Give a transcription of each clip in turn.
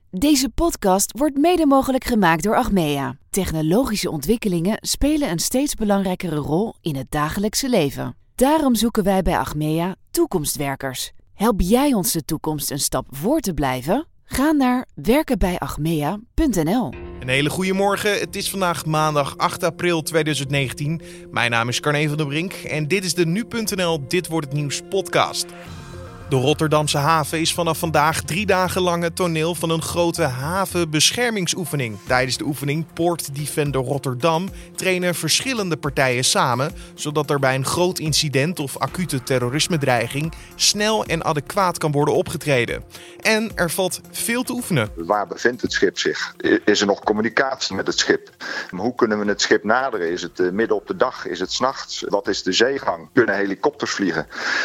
Deze podcast wordt mede mogelijk gemaakt door Achmea. Technologische ontwikkelingen spelen een steeds belangrijkere rol in het dagelijkse leven. Daarom zoeken wij bij Achmea toekomstwerkers. Help jij ons de toekomst een stap voor te blijven? Ga naar werkenbijachmea.nl. Een hele goede morgen. Het is vandaag maandag 8 april 2019. Mijn naam is Carne van der Brink en dit is de Nu.nl Dit Wordt Het Nieuws podcast. De Rotterdamse haven is vanaf vandaag 3 dagen lang het toneel van een grote havenbeschermingsoefening. Tijdens de oefening Port Defender Rotterdam trainen verschillende partijen samen, zodat er bij een groot incident of acute terrorisme-dreiging snel en adequaat kan worden opgetreden. En er valt veel te oefenen. Waar bevindt het schip zich? Is er nog communicatie met het schip? Hoe kunnen we het schip naderen? Is het midden op de dag? Is het 's nachts? Wat is de zeegang? Kunnen helikopters vliegen?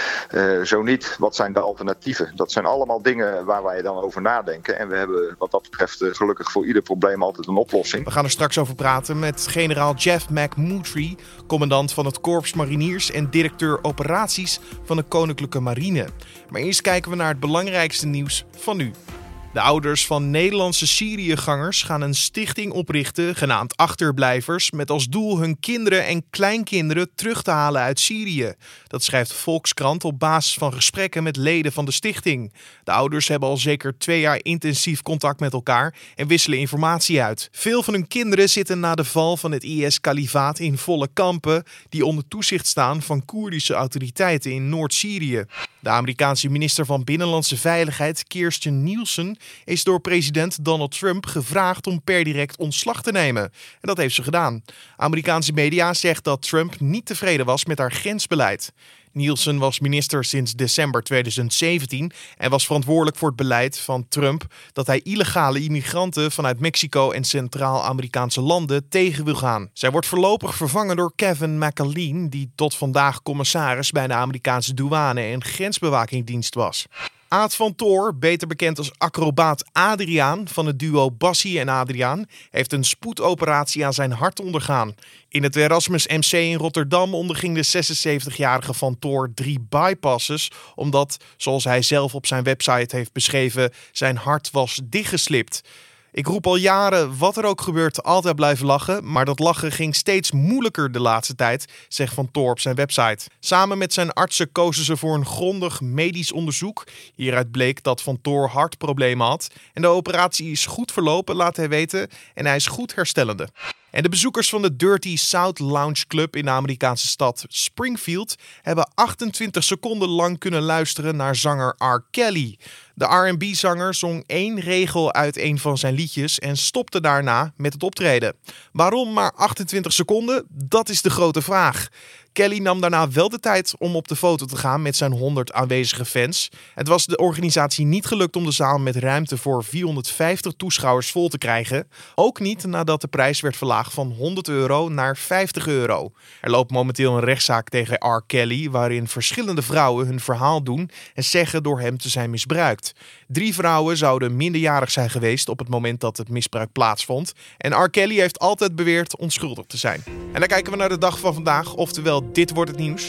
Zo niet, wat zijn de alternatieven? Dat zijn allemaal dingen waar wij dan over nadenken. En we hebben wat dat betreft gelukkig voor ieder probleem altijd een oplossing. We gaan er straks over praten met generaal Jeff McMurtry, commandant van het Korps Mariniers en directeur operaties van de Koninklijke Marine. Maar eerst kijken we naar het belangrijkste nieuws van nu. De ouders van Nederlandse Syriëgangers gaan een stichting oprichten, genaamd Achterblijvers, met als doel hun kinderen en kleinkinderen terug te halen uit Syrië. Dat schrijft Volkskrant op basis van gesprekken met leden van de stichting. De ouders hebben al zeker 2 jaar intensief contact met elkaar en wisselen informatie uit. Veel van hun kinderen zitten na de val van het IS-kalifaat in volle kampen die onder toezicht staan van Koerdische autoriteiten in Noord-Syrië. De Amerikaanse minister van Binnenlandse Veiligheid, Kirstjen Nielsen, is door president Donald Trump gevraagd om per direct ontslag te nemen. En dat heeft ze gedaan. Amerikaanse media zegt dat Trump niet tevreden was met haar grensbeleid. Nielsen was minister sinds december 2017 en was verantwoordelijk voor het beleid van Trump dat hij illegale immigranten vanuit Mexico en Centraal-Amerikaanse landen tegen wil gaan. Zij wordt voorlopig vervangen door Kevin McAleen, die tot vandaag commissaris bij de Amerikaanse douane- en grensbewakingdienst was. Aad van Toor, beter bekend als acrobaat Adriaan van het duo Bassie en Adriaan, heeft een spoedoperatie aan zijn hart ondergaan. In het Erasmus MC in Rotterdam onderging de 76-jarige Van Toor 3 bypasses, omdat, zoals hij zelf op zijn website heeft beschreven, zijn hart was dichtgeslipt. Ik roep al jaren, wat er ook gebeurt, altijd blijven lachen. Maar dat lachen ging steeds moeilijker de laatste tijd, zegt Van Toor op zijn website. Samen met zijn artsen kozen ze voor een grondig medisch onderzoek. Hieruit bleek dat Van Toor hartproblemen had. En de operatie is goed verlopen, laat hij weten. En hij is goed herstellende. En de bezoekers van de Dirty South Lounge Club in de Amerikaanse stad Springfield hebben 28 seconden lang kunnen luisteren naar zanger R. Kelly. De R&B-zanger zong 1 regel uit een van zijn liedjes en stopte daarna met het optreden. Waarom maar 28 seconden? Dat is de grote vraag. Kelly nam daarna wel de tijd om op de foto te gaan met zijn 100 aanwezige fans. Het was de organisatie niet gelukt om de zaal met ruimte voor 450 toeschouwers vol te krijgen. Ook niet nadat de prijs werd verlaagd van €100 naar €50. Er loopt momenteel een rechtszaak tegen R. Kelly waarin verschillende vrouwen hun verhaal doen en zeggen door hem te zijn misbruikt. 3 vrouwen zouden minderjarig zijn geweest op het moment dat het misbruik plaatsvond. En R. Kelly heeft altijd beweerd onschuldig te zijn. En dan kijken we naar de dag van vandaag, oftewel dit wordt het nieuws.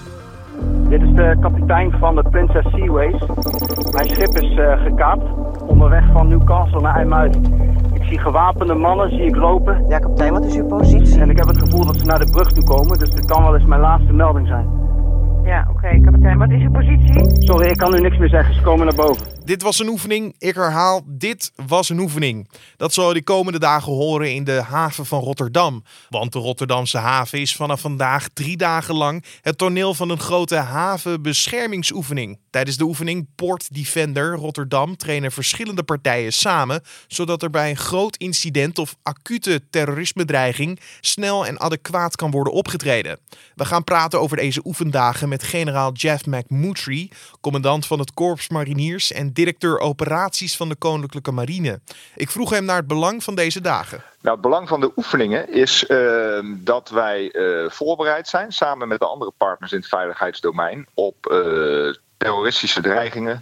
Dit is de kapitein van de Princess Seaways. Mijn schip is gekaapt, onderweg van Newcastle naar IJmuiden. Ik zie gewapende mannen, zie ik lopen. Ja, kapitein, wat is uw positie? En ik heb het gevoel dat ze naar de brug toe komen, dus dit kan wel eens mijn laatste melding zijn. Ja, oké, kapitein, wat is uw positie? Sorry, ik kan nu niks meer zeggen, ze komen naar boven. Dit was een oefening. Ik herhaal, dit was een oefening. Dat zal je de komende dagen horen in de haven van Rotterdam. Want de Rotterdamse haven is vanaf vandaag 3 dagen lang het toneel van een grote havenbeschermingsoefening. Tijdens de oefening Port Defender Rotterdam trainen verschillende partijen samen, zodat er bij een groot incident of acute terrorisme-dreiging snel en adequaat kan worden opgetreden. We gaan praten over deze oefendagen met generaal Jeff McMurtry, commandant van het Korps Mariniers en directeur operaties van de Koninklijke Marine. Ik vroeg hem naar het belang van deze dagen. Nou, het belang van de oefeningen is dat wij voorbereid zijn, samen met de andere partners in het veiligheidsdomein, op terroristische dreigingen,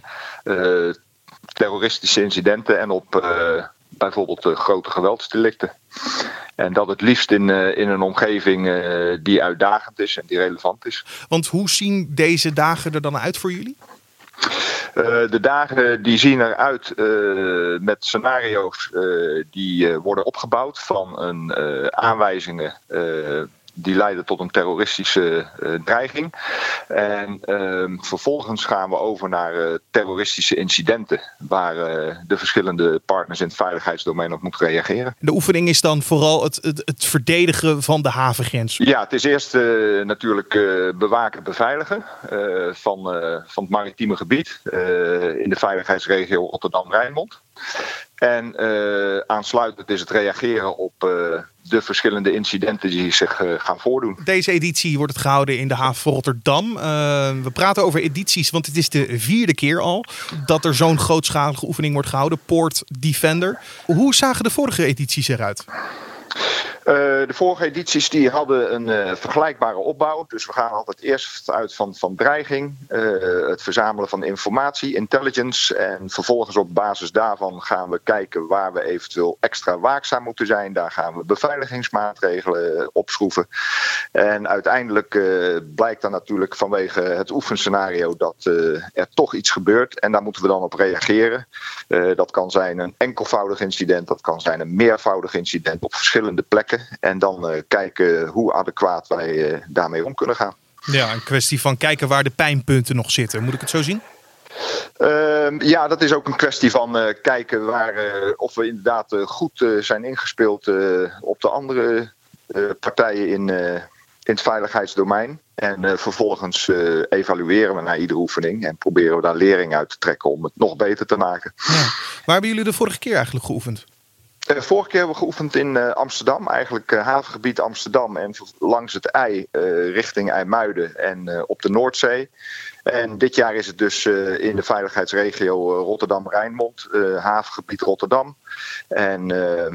terroristische incidenten en op bijvoorbeeld grote geweldsdelicten. En dat het liefst in een omgeving die uitdagend is en die relevant is. Want hoe zien deze dagen er dan uit voor jullie? De dagen die zien eruit met scenario's die worden opgebouwd van aanwijzingen die leiden tot een terroristische dreiging. En vervolgens gaan we over naar terroristische incidenten waar de verschillende partners in het veiligheidsdomein op moeten reageren. De oefening is dan vooral het verdedigen van de havengrens. Ja, het is eerst natuurlijk bewaken, beveiligen van het maritieme gebied in de veiligheidsregio Rotterdam-Rijnmond. En aansluitend is het reageren op de verschillende incidenten die zich gaan voordoen. Deze editie wordt het gehouden in de haven van Rotterdam. We praten over edities, want het is de 4e keer al dat er zo'n grootschalige oefening wordt gehouden. Port Defender. Hoe zagen de vorige edities eruit? De vorige edities die hadden een vergelijkbare opbouw. Dus we gaan altijd eerst uit van dreiging, het verzamelen van informatie, intelligence. En vervolgens op basis daarvan gaan we kijken waar we eventueel extra waakzaam moeten zijn. Daar gaan we beveiligingsmaatregelen opschroeven. En uiteindelijk blijkt dan natuurlijk vanwege het oefenscenario dat er toch iets gebeurt. En daar moeten we dan op reageren. Dat kan zijn een enkelvoudig incident, dat kan zijn een meervoudig incident op verschillende plekken. En dan kijken hoe adequaat wij daarmee om kunnen gaan. Ja, een kwestie van kijken waar de pijnpunten nog zitten. Moet ik het zo zien? Ja, dat is ook een kwestie van kijken of we inderdaad goed zijn ingespeeld op de andere partijen in het veiligheidsdomein. En vervolgens evalueren we naar iedere oefening en proberen we daar lering uit te trekken om het nog beter te maken. Ja. Waar hebben jullie de vorige keer eigenlijk geoefend? Vorige keer hebben we geoefend in Amsterdam, eigenlijk havengebied Amsterdam en langs het IJ richting IJmuiden en op de Noordzee. En dit jaar is het dus in de veiligheidsregio Rotterdam-Rijnmond, havengebied Rotterdam. En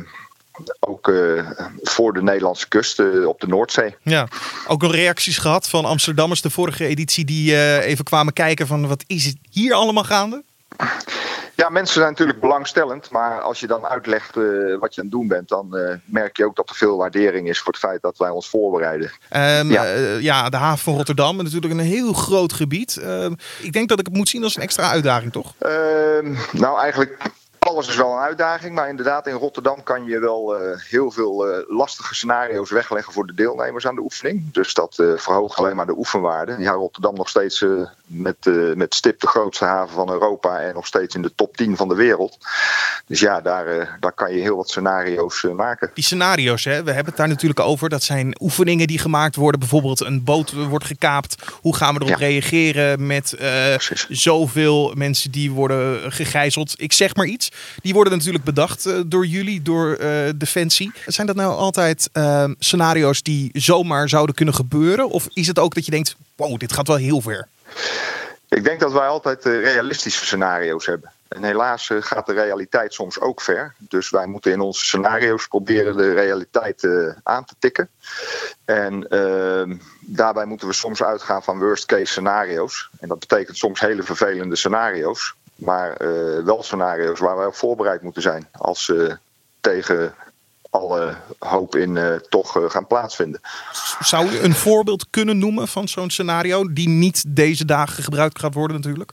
ook voor de Nederlandse kust op de Noordzee. Ja, ook nog reacties gehad van Amsterdammers, de vorige editie, die even kwamen kijken van wat is het hier allemaal gaande? Ja, mensen zijn natuurlijk belangstellend, maar als je dan uitlegt wat je aan het doen bent, dan merk je ook dat er veel waardering is voor het feit dat wij ons voorbereiden. De haven van Rotterdam, natuurlijk een heel groot gebied. Ik denk dat ik het moet zien als een extra uitdaging, toch? Nou, eigenlijk alles is wel een uitdaging, maar inderdaad in Rotterdam kan je wel heel veel lastige scenario's wegleggen voor de deelnemers aan de oefening. Dus dat verhoogt alleen maar de oefenwaarde. Ja, Rotterdam nog steeds met stip de grootste haven van Europa en nog steeds in de top 10 van de wereld. Dus ja, daar kan je heel wat scenario's maken. Die scenario's, hè, we hebben het daar natuurlijk over. Dat zijn oefeningen die gemaakt worden. Bijvoorbeeld een boot wordt gekaapt. Hoe gaan we erop reageren met zoveel mensen die worden gegijzeld? Ik zeg maar iets. Die worden natuurlijk bedacht door jullie, door Defensie. Zijn dat nou altijd scenario's die zomaar zouden kunnen gebeuren? Of is het ook dat je denkt, wow, dit gaat wel heel ver? Ik denk dat wij altijd realistische scenario's hebben. En helaas gaat de realiteit soms ook ver. Dus wij moeten in onze scenario's proberen de realiteit aan te tikken. En daarbij moeten we soms uitgaan van worst case scenario's. En dat betekent soms hele vervelende scenario's. Maar wel scenario's waar wij op voorbereid moeten zijn als tegen alle hoop in toch gaan plaatsvinden. Zou je een voorbeeld kunnen noemen van zo'n scenario die niet deze dagen gebruikt gaat worden natuurlijk?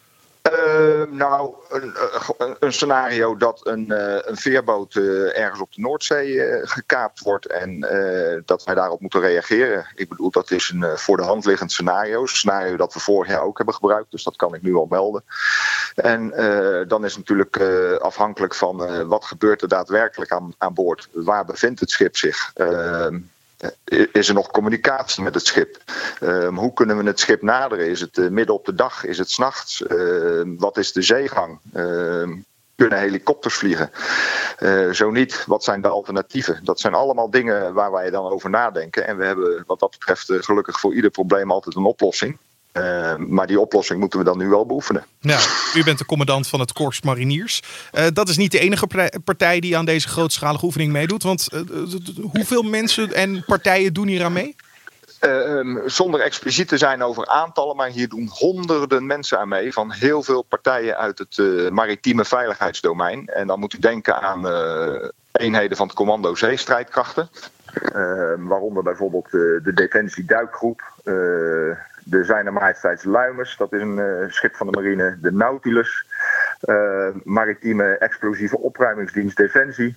Een scenario dat een veerboot ergens op de Noordzee gekaapt wordt en dat wij daarop moeten reageren. Ik bedoel, dat is een voor de hand liggend scenario. Een scenario dat we vorig jaar ook hebben gebruikt, dus dat kan ik nu al melden. En dan is het natuurlijk afhankelijk van wat gebeurt er daadwerkelijk aan boord. Waar bevindt het schip zich? Is er nog communicatie met het schip? Hoe kunnen we het schip naderen? Is het midden op de dag? Is het 's nachts? Wat is de zeegang? Kunnen helikopters vliegen? Zo niet, wat zijn de alternatieven? Dat zijn allemaal dingen waar wij dan over nadenken. En we hebben wat dat betreft gelukkig voor ieder probleem altijd een oplossing. Maar die oplossing moeten we dan nu wel beoefenen. Ja, u bent de commandant van het Korps Mariniers. Dat is niet de enige partij die aan deze grootschalige oefening meedoet. Want hoeveel mensen en partijen doen hier aan mee? Zonder expliciet te zijn over aantallen, maar hier doen honderden mensen aan mee. Van heel veel partijen uit het maritieme veiligheidsdomein. En dan moet u denken aan eenheden van het commando zeestrijdkrachten. Waaronder bijvoorbeeld de Defensie Duikgroep, de Zijner Majesteits Luimers, dat is een schip van de marine. De Nautilus, maritieme explosieve opruimingsdienst Defensie.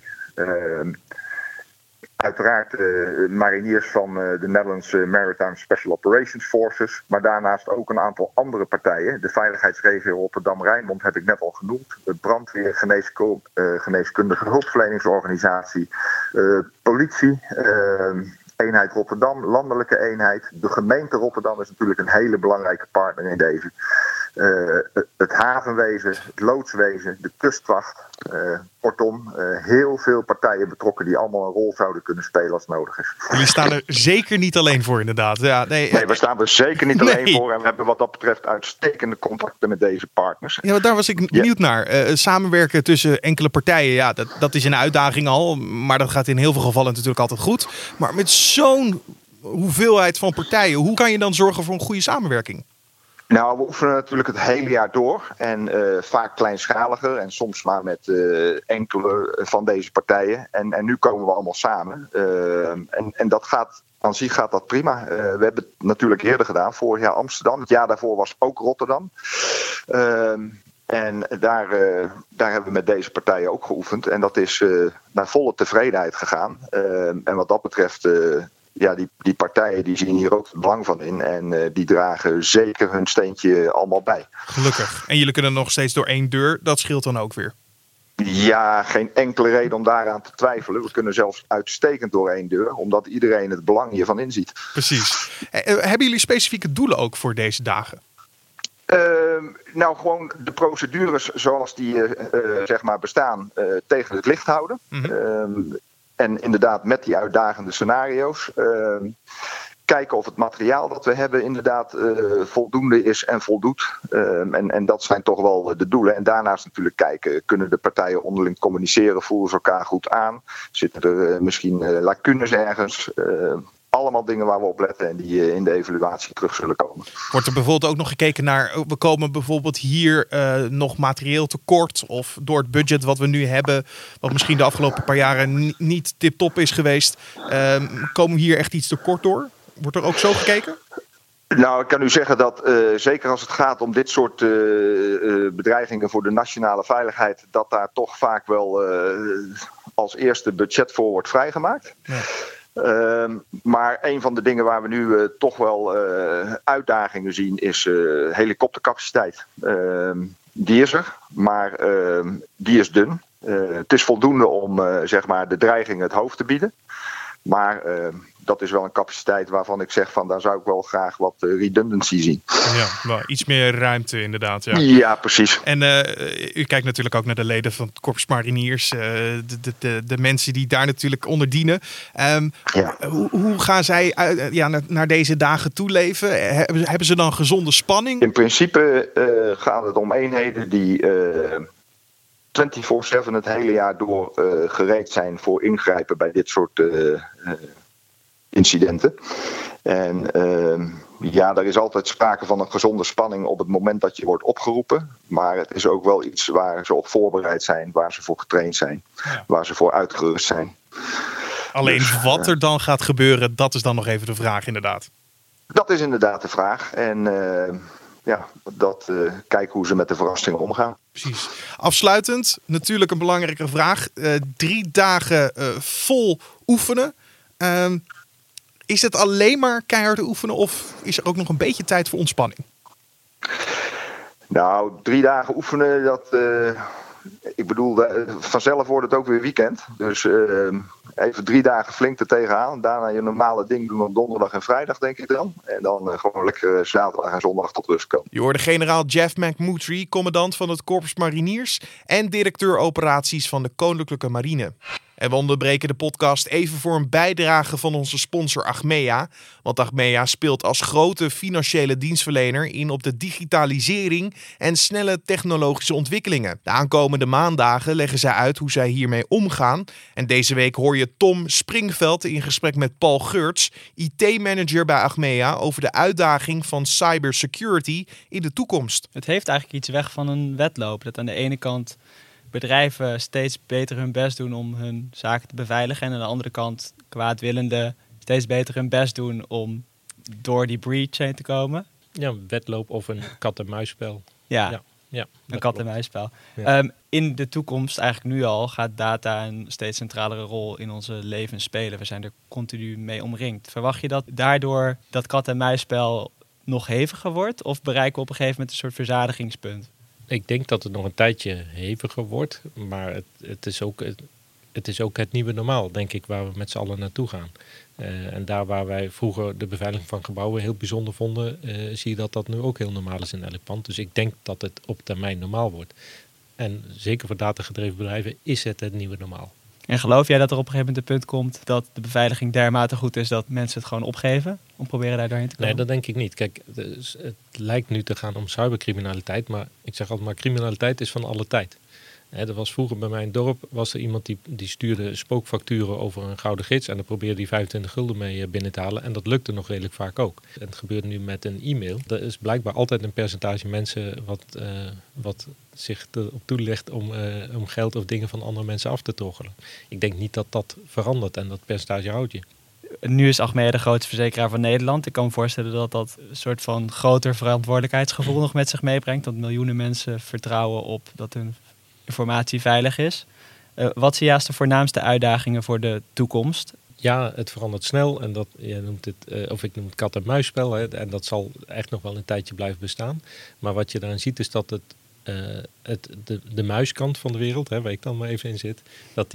Uiteraard mariniers van de Netherlands Maritime Special Operations Forces. Maar daarnaast ook een aantal andere partijen. De veiligheidsregio Rotterdam-Rijnmond heb ik net al genoemd. De brandweer, geneeskundige hulpverleningsorganisatie, politie, eenheid Rotterdam, landelijke eenheid. De gemeente Rotterdam is natuurlijk een hele belangrijke partner in deze. Het havenwezen, het loodswezen, de kustwacht. Kortom, heel veel partijen betrokken die allemaal een rol zouden kunnen spelen als het nodig is. Jullie staan er zeker niet alleen voor, inderdaad. Ja, nee, we staan er zeker niet alleen voor. En we hebben wat dat betreft uitstekende contacten met deze partners. Ja, daar was ik benieuwd naar. Samenwerken tussen enkele partijen, ja, dat is een uitdaging al. Maar dat gaat in heel veel gevallen natuurlijk altijd goed. Maar met zo'n hoeveelheid van partijen, hoe kan je dan zorgen voor een goede samenwerking? Nou, we oefenen natuurlijk het hele jaar door en vaak kleinschaliger en soms maar met enkele van deze partijen. En nu komen we allemaal samen en dat gaat, aan zich gaat dat prima. We hebben het natuurlijk eerder gedaan, vorig jaar Amsterdam, het jaar daarvoor was ook Rotterdam. En daar hebben we met deze partijen ook geoefend en dat is naar volle tevredenheid gegaan. En wat dat betreft... die partijen die zien hier ook het belang van in. En die dragen zeker hun steentje allemaal bij. Gelukkig. En jullie kunnen nog steeds door één deur. Dat scheelt dan ook weer. Ja, geen enkele reden om daaraan te twijfelen. We kunnen zelfs uitstekend door één deur. Omdat iedereen het belang hiervan inziet. Precies. Hebben jullie specifieke doelen ook voor deze dagen? Nou, gewoon de procedures zoals die zeg maar bestaan tegen het licht houden. Mm-hmm. En inderdaad met die uitdagende scenario's. Kijken of het materiaal dat we hebben inderdaad voldoende is en voldoet. En dat zijn toch wel de doelen. En daarnaast natuurlijk kijken, kunnen de partijen onderling communiceren? Voelen ze elkaar goed aan? Zitten er misschien lacunes ergens? Allemaal dingen waar we op letten en die in de evaluatie terug zullen komen. Wordt er bijvoorbeeld ook nog gekeken naar, we komen bijvoorbeeld hier nog materieel tekort of door het budget wat we nu hebben, wat misschien de afgelopen paar jaren niet tip-top is geweest, komen we hier echt iets tekort door? Wordt er ook zo gekeken? Nou, ik kan u zeggen dat zeker als het gaat om dit soort bedreigingen voor de nationale veiligheid, dat daar toch vaak wel als eerste budget voor wordt vrijgemaakt. Ja. Maar een van de dingen waar we nu toch wel uitdagingen zien is helikoptercapaciteit. Die is er, maar die is dun. Het is voldoende om zeg maar de dreiging het hoofd te bieden. Maar dat is wel een capaciteit waarvan ik zeg van daar zou ik wel graag wat redundancy zien. Ja, nou, iets meer ruimte inderdaad. Ja, ja precies. En u kijkt natuurlijk ook naar de leden van het Korps Mariniers. De mensen die daar natuurlijk onder dienen. Hoe gaan zij naar deze dagen toeleven? Hebben ze dan gezonde spanning? In principe gaat het om eenheden die 24/7 het hele jaar door gereed zijn voor ingrijpen bij dit soort incidenten. En er is altijd sprake van een gezonde spanning op het moment dat je wordt opgeroepen. Maar het is ook wel iets waar ze op voorbereid zijn, waar ze voor getraind zijn, waar ze voor uitgerust zijn. Alleen dus, wat er dan gaat gebeuren, dat is dan nog even de vraag inderdaad. Dat is inderdaad de vraag. En kijken hoe ze met de verrassingen omgaan. Precies. Afsluitend, natuurlijk een belangrijke vraag. 3 dagen vol oefenen. Is het alleen maar keihard oefenen of is er ook nog een beetje tijd voor ontspanning? Nou, 3 dagen oefenen, dat... ik bedoel, vanzelf wordt het ook weer weekend. Dus even 3 dagen flink er tegenaan. Daarna je normale ding doen op donderdag en vrijdag, denk ik dan. En dan gewoon lekker zaterdag en zondag tot rust komen. Je hoorde generaal Jeff McMurtry, commandant van het Korps Mariniers en directeur operaties van de Koninklijke Marine. En we onderbreken de podcast even voor een bijdrage van onze sponsor Achmea. Want Achmea speelt als grote financiële dienstverlener in op de digitalisering en snelle technologische ontwikkelingen. De aankomende maandagen leggen zij uit hoe zij hiermee omgaan. En deze week hoor je Tom Springveld in gesprek met Paul Geurts, IT-manager bij Achmea, over de uitdaging van cybersecurity in de toekomst. Het heeft eigenlijk iets weg van een wedloop. Dat aan de ene kant bedrijven steeds beter hun best doen om hun zaken te beveiligen. En aan de andere kant kwaadwillenden steeds beter hun best doen om door die breach heen te komen. Ja, een wedloop of een kat-en-muisspel. Ja. Ja, een kat-en-muisspel. Ja. In de toekomst, eigenlijk nu al, gaat data een steeds centralere rol in onze leven spelen. We zijn er continu mee omringd. Verwacht je dat daardoor dat kat-en-muisspel nog heviger wordt? Of bereiken we op een gegeven moment een soort verzadigingspunt? Ik denk dat het nog een tijdje heviger wordt. Maar het is ook het nieuwe normaal, denk ik, waar we met z'n allen naartoe gaan. En daar waar wij vroeger de beveiliging van gebouwen heel bijzonder vonden, zie je dat nu ook heel normaal is in elk pand. Dus ik denk dat het op termijn normaal wordt. En zeker voor datagedreven bedrijven is het nieuwe normaal. En geloof jij dat er op een gegeven moment een punt komt dat de beveiliging dermate goed is dat mensen het gewoon opgeven om proberen daar doorheen te komen? Nee, dat denk ik niet. Kijk, het lijkt nu te gaan om cybercriminaliteit, maar ik zeg altijd maar criminaliteit is van alle tijd. Er was vroeger bij mijn dorp was er iemand die stuurde spookfacturen over een gouden gids en dan probeerde die 25 gulden mee binnen te halen. En dat lukte nog redelijk vaak ook. En het gebeurt nu met een e-mail. Er is blijkbaar altijd een percentage mensen wat zich erop toelegt om geld of dingen van andere mensen af te troggelen. Ik denk niet dat dat verandert en dat percentage houdt je. Nu is Achmea de grootste verzekeraar van Nederland. Ik kan me voorstellen dat dat een soort van groter verantwoordelijkheidsgevoel nog met zich meebrengt. Dat miljoenen mensen vertrouwen op dat hun informatie veilig is. Wat zie je als de voornaamste uitdagingen voor de toekomst? Ja, het verandert snel en jij noemt het, of ik noem het kat-en-muisspel. En dat zal echt nog wel een tijdje blijven bestaan. Maar wat je daarin ziet is dat de muiskant van de wereld, waar ik dan maar even in zit,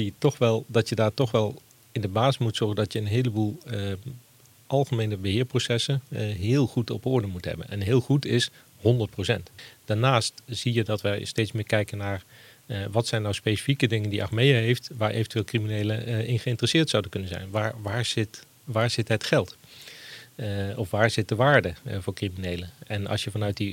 dat je daar toch wel in de basis moet zorgen dat je een heleboel algemene beheerprocessen heel goed op orde moet hebben. En heel goed is 100%. Daarnaast zie je dat wij steeds meer kijken naar wat zijn nou specifieke dingen die Achmea heeft, waar eventueel criminelen in geïnteresseerd zouden kunnen zijn. Waar zit het geld? Of waar zit de waarde voor criminelen? En als je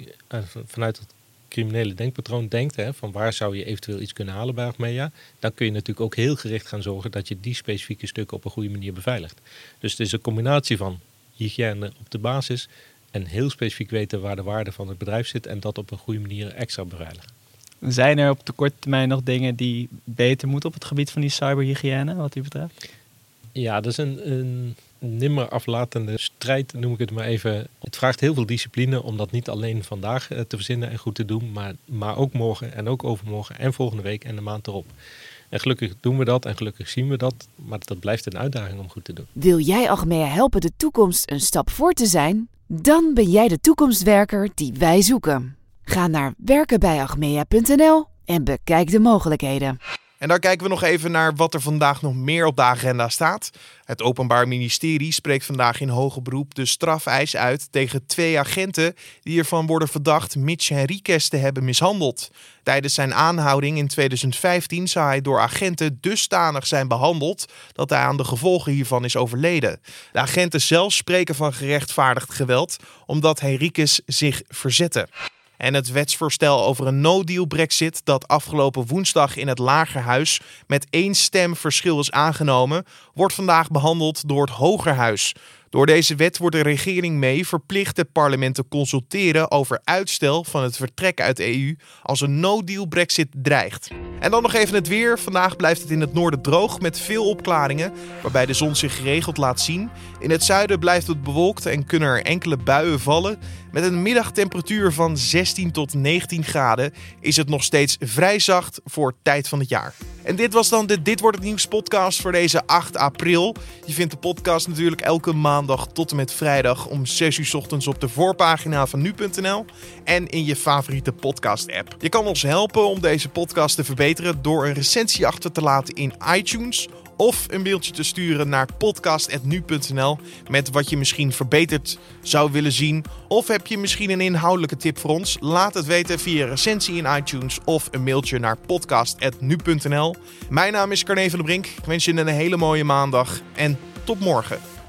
vanuit het criminele denkpatroon denkt, van waar zou je eventueel iets kunnen halen bij Achmea, dan kun je natuurlijk ook heel gericht gaan zorgen dat je die specifieke stukken op een goede manier beveiligt. Dus het is een combinatie van hygiëne op de basis en heel specifiek weten waar de waarde van het bedrijf zit en dat op een goede manier extra beveiligen. Zijn er op de korte termijn nog dingen die beter moeten op het gebied van die cyberhygiëne, wat u betreft? Ja, dat is een nimmer aflatende strijd, noem ik het maar even. Het vraagt heel veel discipline om dat niet alleen vandaag te verzinnen en goed te doen, maar ook morgen en ook overmorgen en volgende week en de maand erop. En gelukkig doen we dat en gelukkig zien we dat, maar dat blijft een uitdaging om goed te doen. Wil jij Achmea helpen de toekomst een stap voor te zijn? Dan ben jij de toekomstwerker die wij zoeken. Ga naar werkenbijachmea.nl en bekijk de mogelijkheden. En daar kijken we nog even naar wat er vandaag nog meer op de agenda staat. Het Openbaar Ministerie spreekt vandaag in hoger beroep de strafeis uit tegen 2 agenten die ervan worden verdacht Mitch Henriques te hebben mishandeld. Tijdens zijn aanhouding in 2015 zou hij door agenten dusdanig zijn behandeld dat hij aan de gevolgen hiervan is overleden. De agenten zelf spreken van gerechtvaardigd geweld omdat Henriques zich verzette. En het wetsvoorstel over een no-deal Brexit dat afgelopen woensdag in het Lagerhuis met 1 stem verschil is aangenomen, wordt vandaag behandeld door het Hogerhuis. Door deze wet wordt de regering mee verplicht het parlement te consulteren over uitstel van het vertrek uit de EU als een no-deal Brexit dreigt. En dan nog even het weer. Vandaag blijft het in het noorden droog met veel opklaringen, waarbij de zon zich geregeld laat zien. In het zuiden blijft het bewolkt en kunnen er enkele buien vallen. Met een middagtemperatuur van 16 tot 19 graden is het nog steeds vrij zacht voor tijd van het jaar. En dit was dan de Dit Wordt Het Nieuws podcast voor deze 8 april. Je vindt de podcast natuurlijk elke maandag tot en met vrijdag om 6 uur 's ochtends op de voorpagina van nu.nl en in je favoriete podcast app. Je kan ons helpen om deze podcast te verbeteren door een recensie achter te laten in iTunes of een mailtje te sturen naar podcast@nu.nl met wat je misschien verbeterd zou willen zien. Of heb je misschien een inhoudelijke tip voor ons? Laat het weten via recensie in iTunes of een mailtje naar podcast@nu.nl. Mijn naam is Carne van der Brink. Ik wens je een hele mooie maandag en tot morgen.